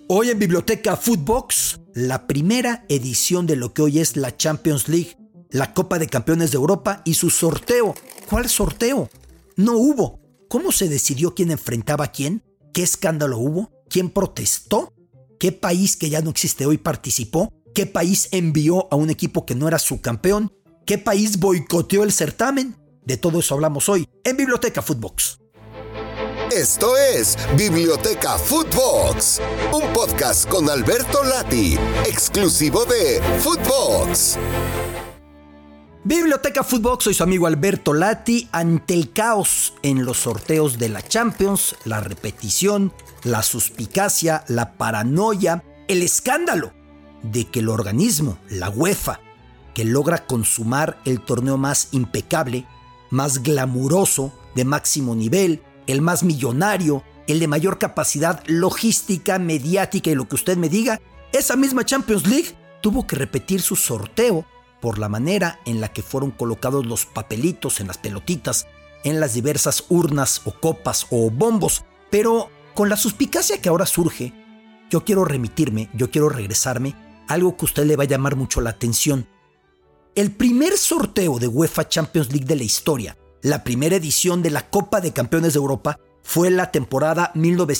Hoy en Biblioteca Footbox, la primera edición de lo que hoy es la Champions League, la Copa de Campeones de Europa y su sorteo. ¿Cuál sorteo? No hubo. ¿Cómo se decidió quién enfrentaba a quién? ¿Qué escándalo hubo? ¿Quién protestó? ¿Qué país que ya no existe hoy participó? ¿Qué país envió a un equipo que no era su campeón? ¿Qué país boicoteó el certamen? De todo eso hablamos hoy en Biblioteca Footbox. Esto es Biblioteca Footbox, un podcast con Alberto Lati, exclusivo de Footbox. Biblioteca Footbox, soy su amigo Alberto Lati. Ante el caos en los sorteos de la Champions, la repetición, la suspicacia, la paranoia, el escándalo de que el organismo, la UEFA, que logra consumar el torneo más impecable, más glamuroso, de máximo nivel, el más millonario, el de mayor capacidad logística, mediática y lo que usted me diga, esa misma Champions League tuvo que repetir su sorteo por la manera en la que fueron colocados los papelitos en las pelotitas, en las diversas urnas o copas o bombos. Pero con la suspicacia que ahora surge, yo quiero regresarme a algo que a usted le va a llamar mucho la atención. El primer sorteo de UEFA Champions League de la historia, la primera edición de la Copa de Campeones de Europa, fue la temporada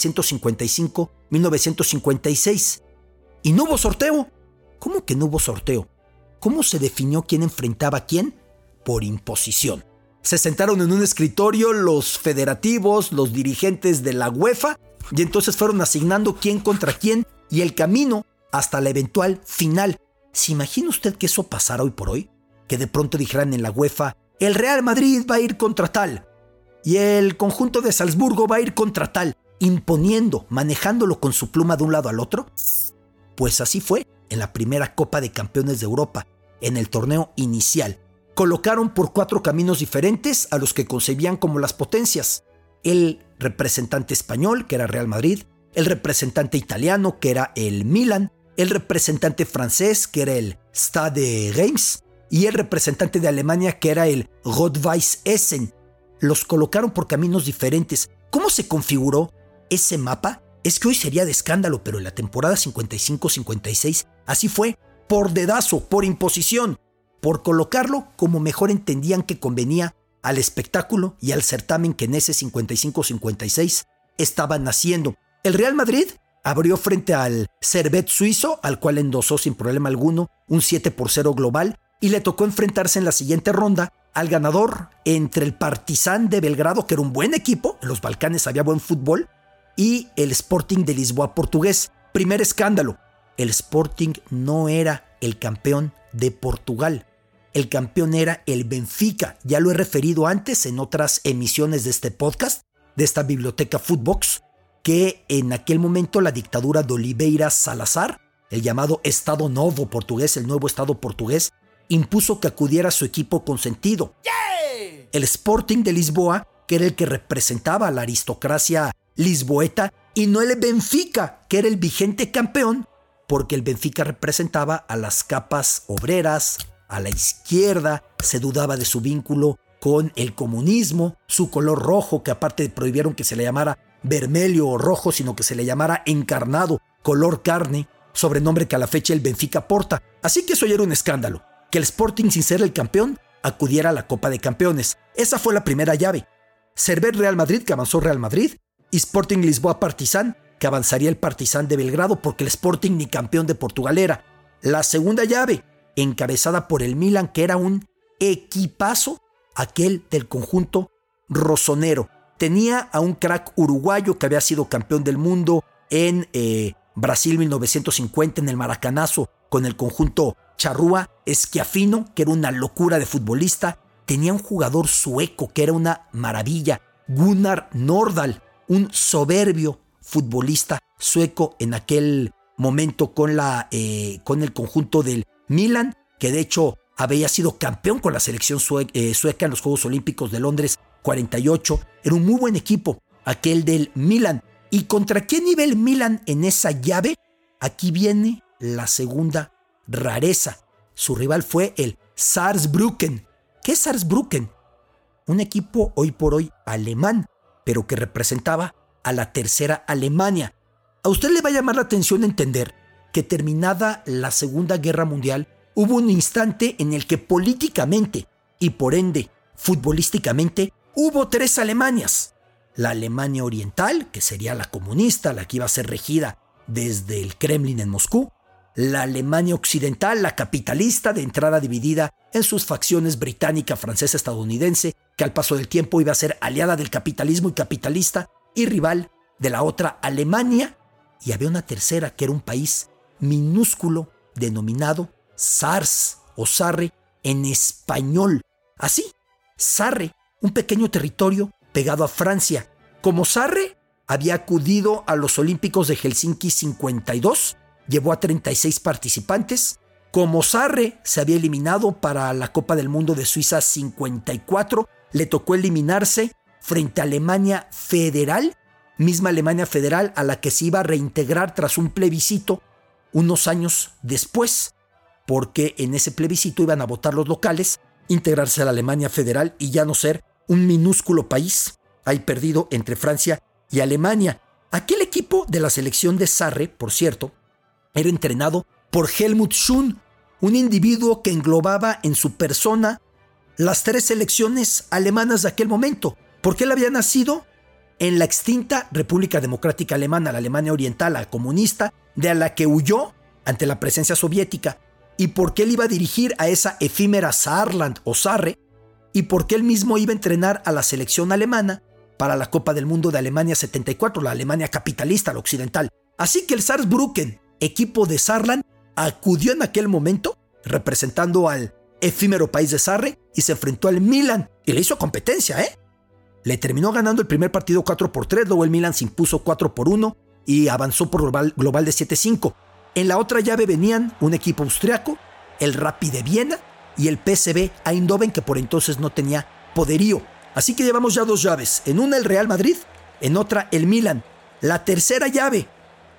1955-1956. ¿Y no hubo sorteo? ¿Cómo que no hubo sorteo? ¿Cómo se definió quién enfrentaba a quién? Por imposición. Se sentaron en un escritorio los federativos, los dirigentes de la UEFA, y entonces fueron asignando quién contra quién y el camino hasta la eventual final. ¿Se imagina usted que eso pasara hoy por hoy? Que de pronto dijeran en la UEFA, el Real Madrid va a ir contra tal, y el conjunto de Salzburgo va a ir contra tal, imponiendo, manejándolo con su pluma de un lado al otro. Pues así fue en la primera Copa de Campeones de Europa, en el torneo inicial. Colocaron por 4 caminos diferentes a los que concebían como las potencias. El representante español, que era Real Madrid, el representante italiano, que era el Milan, el representante francés, que era el Stade de Reims, y el representante de Alemania, que era el Rot-Weiss Essen. Los colocaron por caminos diferentes. ¿Cómo se configuró ese mapa? Es que hoy sería de escándalo, pero en la temporada 55-56 así fue, por dedazo, por imposición, por colocarlo como mejor entendían que convenía al espectáculo y al certamen que en ese 55-56 estaban naciendo. El Real Madrid abrió frente al Servette suizo, al cual endosó sin problema alguno un 7-0 global, y le tocó enfrentarse en la siguiente ronda al ganador entre el Partizan de Belgrado, que era un buen equipo, en los Balcanes había buen fútbol, y el Sporting de Lisboa portugués. Primer escándalo, el Sporting no era el campeón de Portugal, el campeón era el Benfica. Ya lo he referido antes en otras emisiones de este podcast, de esta Biblioteca Footbox, que en aquel momento la dictadura de Oliveira Salazar, el llamado Estado Novo portugués, el nuevo Estado portugués, impuso que acudiera a su equipo consentido. ¡Yeah! El Sporting de Lisboa, que era el que representaba a la aristocracia lisboeta, y no el Benfica, que era el vigente campeón, porque el Benfica representaba a las capas obreras, a la izquierda, se dudaba de su vínculo con el comunismo, su color rojo, que aparte prohibieron que se le llamara vermelho o rojo, sino que se le llamara encarnado, color carne, sobrenombre que a la fecha el Benfica porta. Así que eso ya era un escándalo, que el Sporting, sin ser el campeón, acudiera a la Copa de Campeones. Esa fue la primera llave. Servette Real Madrid, que avanzó Real Madrid, y Sporting Lisboa Partizan, que avanzaría el Partizan de Belgrado, porque el Sporting ni campeón de Portugal era. La segunda llave, encabezada por el Milan, que era un equipazo, aquel del conjunto rosonero. Tenía a un crack uruguayo que había sido campeón del mundo en Brasil 1950 en el Maracanazo con el conjunto Charrúa, Schiaffino, que era una locura de futbolista. Tenía un jugador sueco que era una maravilla, Gunnar Nordahl, un soberbio futbolista sueco en aquel momento con el conjunto del Milan, que de hecho había sido campeón con la selección sueca en los Juegos Olímpicos de Londres 48. Era un muy buen equipo, aquel del Milan. ¿Y contra qué nivel Milan en esa llave? Aquí viene la segunda rareza. Su rival fue el Saarbrücken. ¿Qué es Saarbrücken? Un equipo hoy por hoy alemán, pero que representaba a la tercera Alemania. A usted le va a llamar la atención entender que terminada la Segunda Guerra Mundial, hubo un instante en el que políticamente y por ende futbolísticamente hubo 3 Alemanias. La Alemania Oriental, que sería la comunista, la que iba a ser regida desde el Kremlin en Moscú. La Alemania Occidental, la capitalista, de entrada dividida en sus facciones británica, francesa, estadounidense, que al paso del tiempo iba a ser aliada del capitalismo y capitalista y rival de la otra Alemania. Y había una tercera que era un país minúsculo denominado Sars o Sarre en español. Así, Sarre, un pequeño territorio pegado a Francia. Como Sarre había acudido a los Olímpicos de Helsinki 52, llevó a 36 participantes. Como Sarre se había eliminado para la Copa del Mundo de Suiza 54, le tocó eliminarse frente a Alemania Federal, misma Alemania Federal a la que se iba a reintegrar tras un plebiscito unos años después, porque en ese plebiscito iban a votar los locales, integrarse a la Alemania Federal y ya no ser un minúsculo país ahí perdido entre Francia y Alemania. Aquel equipo de la selección de Sarre, por cierto, era entrenado por Helmut Schön, un individuo que englobaba en su persona las 3 selecciones alemanas de aquel momento, porque él había nacido en la extinta República Democrática Alemana, la Alemania Oriental, la comunista, de la que huyó ante la presencia soviética, y porque él iba a dirigir a esa efímera Saarland o Sarre, y porque él mismo iba a entrenar a la selección alemana para la Copa del Mundo de Alemania 74, la Alemania capitalista, la occidental. Así que el Saarbrücken, equipo de Saarland, acudió en aquel momento representando al efímero país de Sarre y se enfrentó al Milan y le hizo competencia, Le terminó ganando el primer partido 4-3, luego el Milan se impuso 4-1 y avanzó por global de 7-5. En la otra llave venían un equipo austriaco, el Rapid de Viena y el PSV Eindhoven, que por entonces no tenía poderío. Así que llevamos ya 2 llaves, en una el Real Madrid, en otra el Milan. La tercera llave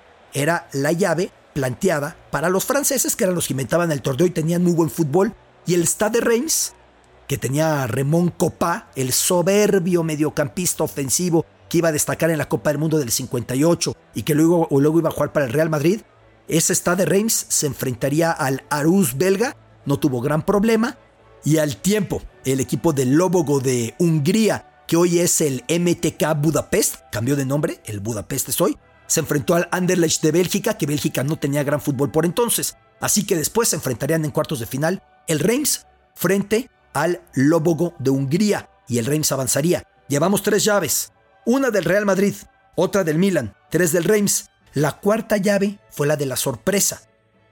era la llave planteada para los franceses, que eran los que inventaban el torneo y tenían muy buen fútbol, y el Stade de Reims, que tenía a Raymond Kopa, el soberbio mediocampista ofensivo que iba a destacar en la Copa del Mundo del 58 y que luego iba a jugar para el Real Madrid. Ese Stade de Reims se enfrentaría al Aarhus belga, no tuvo gran problema, y al tiempo el equipo del Lobogo de Hungría, que hoy es el MTK Budapest, cambió de nombre, el Budapest es hoy, se enfrentó al Anderlecht de Bélgica, que Bélgica no tenía gran fútbol por entonces, así que después se enfrentarían en cuartos de final el Reims frente al Lobogo de Hungría, y el Reims avanzaría. Llevamos 3 llaves, una del Real Madrid, otra del Milan, 3 del Reims. La cuarta llave fue la de la sorpresa,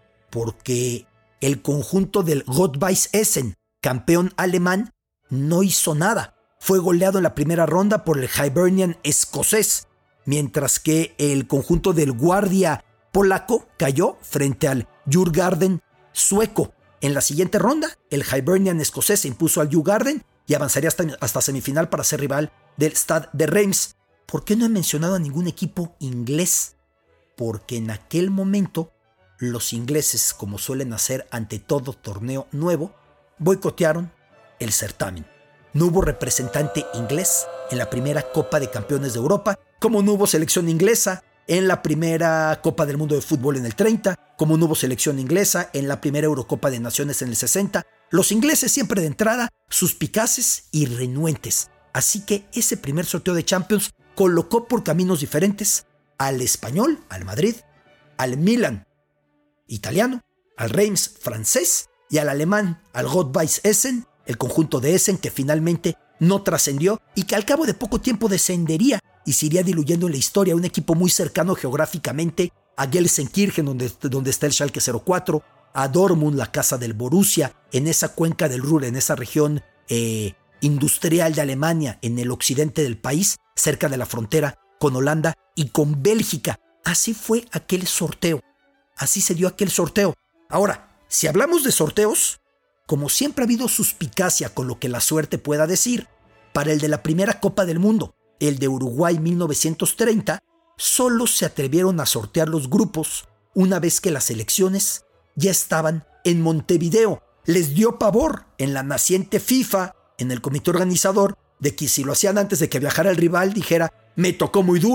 porque el conjunto del Rot-Weiss Essen, campeón alemán, no hizo nada. Fue goleado en la primera ronda por el Hibernian escocés, mientras que el conjunto del Guardia polaco cayó frente al Djurgården sueco. En la siguiente ronda, el Hibernian escocés se impuso al Djurgården y avanzaría hasta semifinal para ser rival del Stade de Reims. ¿Por qué no he mencionado a ningún equipo inglés? Porque en aquel momento los ingleses, como suelen hacer ante todo torneo nuevo, boicotearon el certamen. No hubo representante inglés en la primera Copa de Campeones de Europa, como no hubo selección inglesa en la primera Copa del Mundo de Fútbol en el 30, como no hubo selección inglesa en la primera Eurocopa de Naciones en el 60. Los ingleses siempre de entrada suspicaces y renuentes. Así que ese primer sorteo de Champions colocó por caminos diferentes al español, al Madrid, al Milan italiano, al Reims francés y al alemán, al Rot-Weiss Essen, el conjunto de Essen que finalmente no trascendió y que al cabo de poco tiempo descendería y se iría diluyendo en la historia, un equipo muy cercano geográficamente a Gelsenkirchen, donde está el Schalke 04, a Dortmund, la casa del Borussia, en esa cuenca del Ruhr, en esa región industrial de Alemania, en el occidente del país, cerca de la frontera con Holanda y con Bélgica. Así fue aquel sorteo. Así se dio aquel sorteo. Ahora, si hablamos de sorteos, como siempre ha habido suspicacia con lo que la suerte pueda decir, para el de la primera Copa del Mundo, el de Uruguay 1930, solo se atrevieron a sortear los grupos una vez que las elecciones ya estaban en Montevideo. Les dio pavor en la naciente FIFA, en el comité organizador, de que si lo hacían antes de que viajara el rival, dijera, me tocó muy duro,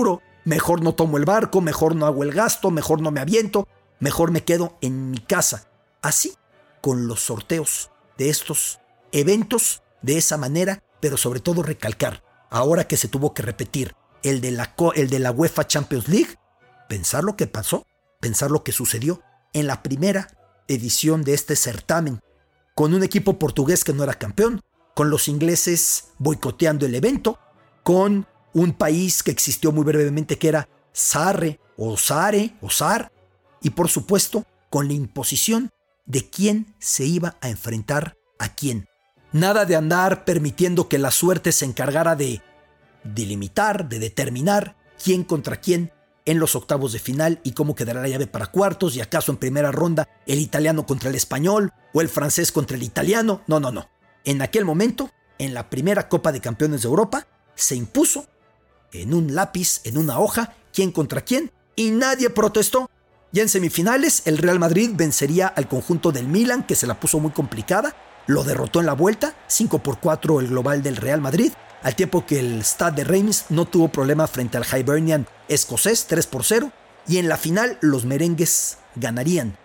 Mejor no tomo el barco, mejor no hago el gasto, mejor no me aviento, mejor me quedo en mi casa. Así, con los sorteos de estos eventos, de esa manera, pero sobre todo recalcar, ahora que se tuvo que repetir el de la UEFA Champions League, pensar lo que pasó, pensar lo que sucedió en la primera edición de este certamen, con un equipo portugués que no era campeón, con los ingleses boicoteando el evento, con un país que existió muy brevemente que era Sarre o Sare o Sar, y por supuesto con la imposición de quién se iba a enfrentar a quién. Nada de andar permitiendo que la suerte se encargara de delimitar, de determinar quién contra quién en los octavos de final y cómo quedará la llave para cuartos, y acaso en primera ronda el italiano contra el español o el francés contra el italiano. No. En aquel momento, en la primera Copa de Campeones de Europa, se impuso en un lápiz, en una hoja, quién contra quién, y nadie protestó. Ya en semifinales, el Real Madrid vencería al conjunto del Milan, que se la puso muy complicada, lo derrotó en la vuelta, 5-4 el global del Real Madrid, al tiempo que el Stade de Reims no tuvo problema frente al Hibernian escocés, 3-0, y en la final los merengues ganarían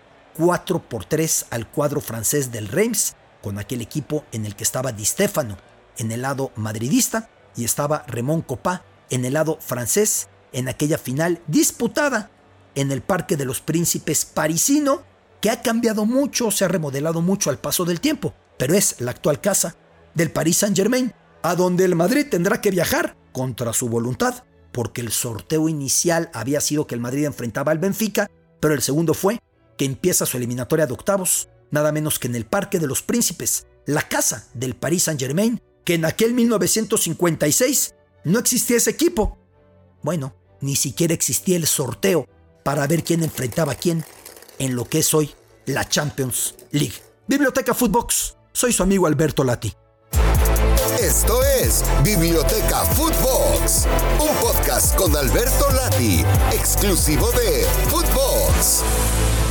4-3 al cuadro francés del Reims, con aquel equipo en el que estaba Di Stéfano en el lado madridista y estaba Raymond Kopa en el lado francés, en aquella final disputada en el Parque de los Príncipes parisino, que ha cambiado mucho, se ha remodelado mucho al paso del tiempo, pero es la actual casa del Paris Saint-Germain, a donde el Madrid tendrá que viajar contra su voluntad, porque el sorteo inicial había sido que el Madrid enfrentaba al Benfica, pero el segundo fue que empieza su eliminatoria de octavos, nada menos que en el Parque de los Príncipes, la casa del Paris Saint-Germain, que en aquel 1956 no existía ese equipo. Bueno, ni siquiera existía el sorteo para ver quién enfrentaba a quién en lo que es hoy la Champions League. Biblioteca Footbox, soy su amigo Alberto Lati. Esto es Biblioteca Footbox, un podcast con Alberto Lati, exclusivo de Footbox.